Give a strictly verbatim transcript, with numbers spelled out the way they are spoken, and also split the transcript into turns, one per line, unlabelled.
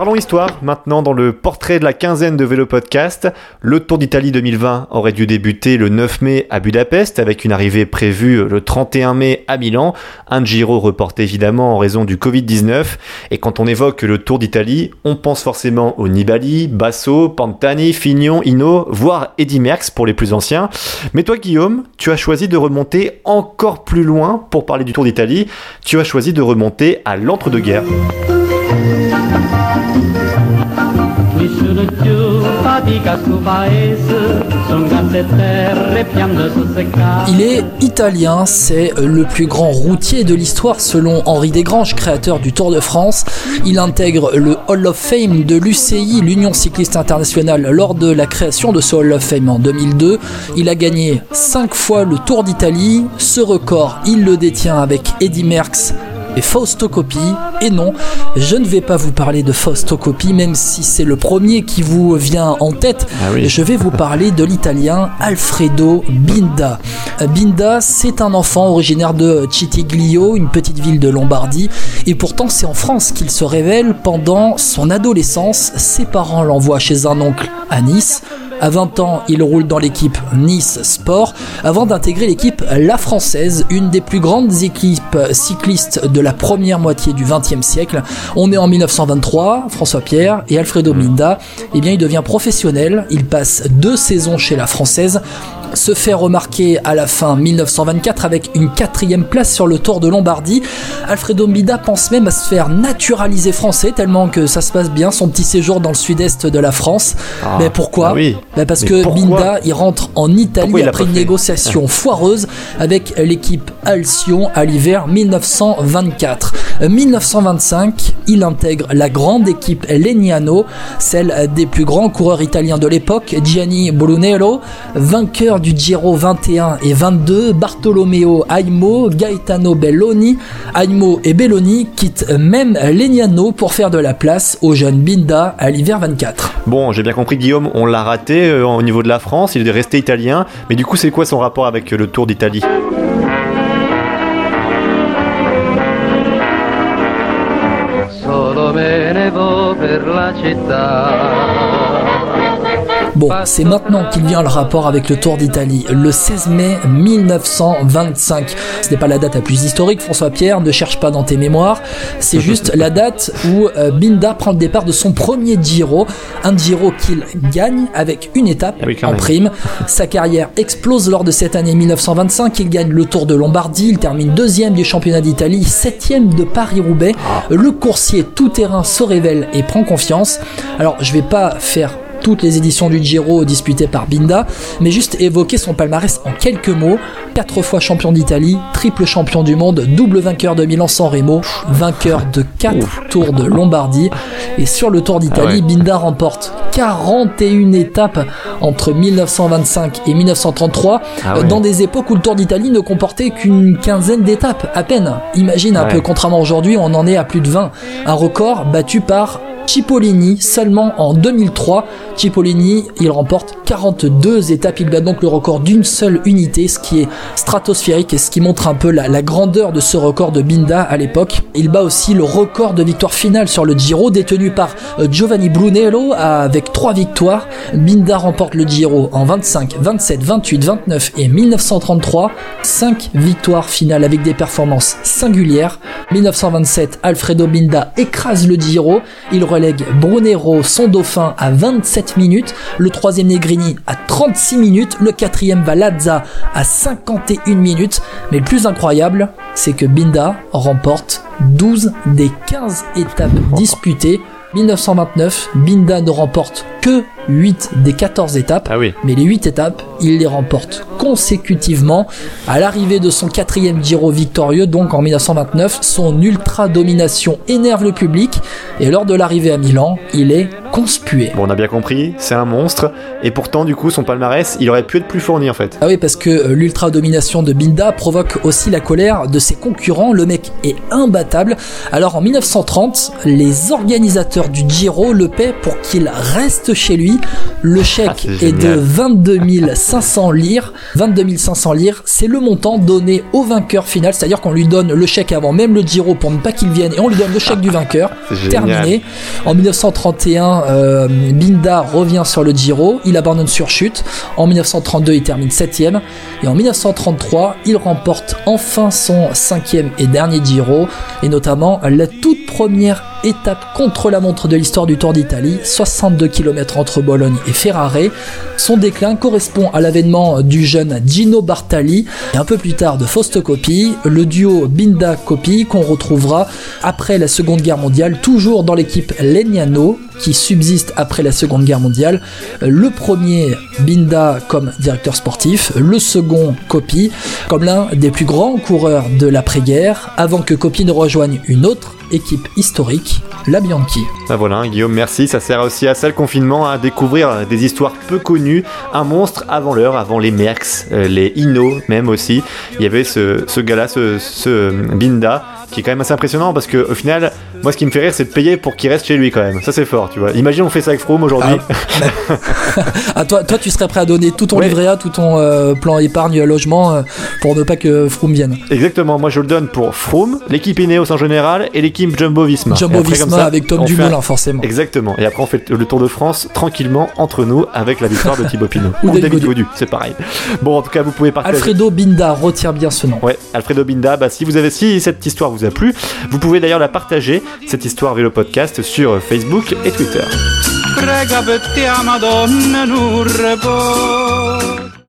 Parlons histoire maintenant dans le portrait de la quinzaine de Vélo Podcast. Le Tour d'Italie deux mille vingt aurait dû débuter le neuf mai à Budapest avec une arrivée prévue le trente et un mai à Milan. Un Giro reporté évidemment en raison du covid dix-neuf. Et quand on évoque le Tour d'Italie, on pense forcément au Nibali, Basso, Pantani, Fignon, Hinault, voire Eddy Merckx pour les plus anciens. Mais toi Guillaume, tu as choisi de remonter encore plus loin pour parler du Tour d'Italie. Tu as choisi de remonter à l'entre-deux-guerres.
Il est italien, c'est le plus grand routier de l'histoire selon Henri Desgranges, créateur du Tour de France. Il intègre le Hall of Fame de l'U C I, l'Union Cycliste Internationale, lors de la création de ce Hall of Fame en deux mille deux. Il a gagné cinq fois le Tour d'Italie. Ce record, il le détient avec Eddy Merckx et Fausto Coppi. Et non, je ne vais pas vous parler de Fausto Coppi, même si c'est le premier qui vous vient en tête. Ah oui. Je vais vous parler de l'italien Alfredo Binda. Binda, c'est un enfant originaire de Citiglio, une petite ville de Lombardie, et pourtant c'est en France qu'il se révèle pendant son adolescence. Ses parents l'envoient chez un oncle à Nice. À vingt ans, il roule dans l'équipe Nice Sport avant d'intégrer l'équipe La Française, une des plus grandes équipes cyclistes de la première moitié du vingtième siècle. On est en dix-neuf cent vingt-trois, François Pierre et Alfredo Binda, eh bien, il devient professionnel. Il passe deux saisons chez La Française, se fait remarquer à la fin dix-neuf cent vingt-quatre avec une quatrième place sur le Tour de Lombardie. Alfredo Binda pense même à se faire naturaliser français tellement que ça se passe bien son petit séjour dans le sud-est de la France. Ah, mais pourquoi bah oui. bah Parce Mais que pourquoi Binda il rentre en Italie après une négociation foireuse avec l'équipe Alcyon à l'hiver dix-neuf cent vingt-quatre. dix-neuf cent vingt-cinq, il intègre la grande équipe Legnano, celle des plus grands coureurs italiens de l'époque. Gianni Brunello, vainqueur du Giro vingt et un et vingt-deux, Bartolomeo Aimo, Gaetano Belloni. Aimo et Belloni quittent même Legnano pour faire de la place au jeune Binda à l'hiver vingt-quatre.
Bon, j'ai bien compris Guillaume, on l'a raté euh, au niveau de la France, il est resté italien, mais du coup c'est quoi son rapport avec le Tour d'Italie ? Solo me ne vo per la città.
Bon, c'est maintenant qu'il vient le rapport avec le Tour d'Italie, le seize mai dix-neuf cent vingt-cinq. Ce n'est pas la date la plus historique, François Pierre, ne cherche pas dans tes mémoires. C'est juste la date où euh, Binda prend le départ de son premier Giro, un Giro qu'il gagne avec une étape ah oui, en prime. Sa carrière explose lors de cette année dix-neuf cent vingt-cinq. Il gagne le Tour de Lombardie, il termine deuxième du championnat d'Italie, septième de Paris-Roubaix. Le coursier tout-terrain se révèle et prend confiance. Alors, je vais pas faire toutes les éditions du Giro disputées par Binda, mais juste évoquer son palmarès en quelques mots. Quatre fois champion d'Italie, triple champion du monde, double vainqueur de Milan-San Remo, vainqueur de quatre Tours de Lombardie. Et sur le Tour d'Italie, ah ouais. Binda remporte quarante et une étapes entre dix-neuf cent vingt-cinq et dix-neuf cent trente-trois, ah ouais. dans des époques où le Tour d'Italie ne comportait qu'une quinzaine d'étapes, à peine. Imagine un ouais. peu, contrairement à aujourd'hui, on en est à plus de vingt. Un record battu par Cipollini seulement en deux mille trois. Cipollini, il remporte quarante-deux étapes, il bat donc le record d'une seule unité, ce qui est stratosphérique et ce qui montre un peu la, la grandeur de ce record de Binda à l'époque. Il bat aussi le record de victoire finale sur le Giro, détenu par Giovanni Brunello avec trois victoires. Binda remporte le Giro en vingt-cinq, vingt-sept, vingt-huit, vingt-neuf et dix-neuf cent trente-trois. cinq victoires finales avec des performances singulières. dix-neuf cent vingt-sept, Alfredo Binda écrase le Giro, il relègue Brunero, son dauphin, à vingt-sept minutes, le troisième Negrini à trente-six minutes, le quatrième Valazza à cinquante et une minutes, mais le plus incroyable, c'est que Binda remporte douze des quinze étapes disputées. dix-neuf cent vingt-neuf, Binda ne remporte que huit des quatorze étapes, ah oui. mais les huit étapes, il les remporte consécutivement. À l'arrivée de son quatrième Giro victorieux, donc en dix-neuf cent vingt-neuf, son ultra-domination énerve le public, et lors de l'arrivée à Milan, il est conspué.
Bon, on a bien compris, c'est un monstre, et pourtant, du coup, son palmarès, il aurait pu être plus fourni en fait.
Ah oui, parce que euh, l'ultra-domination de Binda provoque aussi la colère de ses concurrents. Le mec est imbattable. Alors en dix-neuf cent trente, les organisateurs du Giro le paient pour qu'il reste chez lui. Le chèque
ah,
est de vingt-deux mille cinq cents lire. vingt-deux mille cinq cents lire, c'est le montant donné au vainqueur final, c'est-à-dire qu'on lui donne le chèque avant même le Giro pour ne pas qu'il vienne, et on lui donne le chèque du vainqueur. Terminé. En dix-neuf cent trente et un, euh, Binda revient sur le Giro, il abandonne sur chute. En dix-neuf cent trente-deux, il termine septième, et en dix-neuf cent trente-trois, il remporte enfin son cinquième et dernier Giro, et notamment la toute première étape contre la montre de l'histoire du Tour d'Italie, soixante-deux kilomètres entre Bologne et Ferrare. Son déclin correspond à l'avènement du jeune Gino Bartali et un peu plus tard de Fausto Coppi, le duo Binda-Coppi qu'on retrouvera après la Seconde Guerre mondiale, toujours dans l'équipe Legnano qui subsiste après la Seconde Guerre mondiale. Le premier, Binda comme directeur sportif, le second, Coppi, comme l'un des plus grands coureurs de l'après-guerre, avant que Coppi ne rejoigne une autre équipe historique, la Bianchi.
Ben voilà, hein, Guillaume, merci. Ça sert aussi à ça le confinement, à découvrir des histoires peu connues. Un monstre avant l'heure, avant les Merckx, euh, les Hinault même aussi. Il y avait ce, ce gars-là, ce, ce Binda, qui est quand même assez impressionnant parce qu'au final, moi ce qui me fait rire, c'est de payer pour qu'il reste chez lui quand même. Ça c'est fort, tu vois. Imagine on fait ça avec Froome aujourd'hui.
Ah, ah, toi, toi, tu serais prêt à donner tout ton ouais. livret A, tout ton euh, plan épargne logement euh, pour ne pas que Froome vienne.
Exactement, moi je le donne pour Froome, l'équipe Ineos en général et l'équipe Jumbo-Visma.
Jumbo-Visma avec Tom Dumoulin un... forcément.
Exactement. Et après on fait le Tour de France tranquillement entre nous avec la victoire de Thibaut Pinot. Ou, Ou David, David Gaudu, c'est pareil. Bon, en tout cas, vous pouvez partager.
Alfredo Binda, retire bien ce nom.
Ouais, Alfredo Binda. Bah, si vous avez, si cette histoire vous a plu, vous pouvez d'ailleurs la partager, cette histoire Vélo Podcast, sur Facebook et Twitter.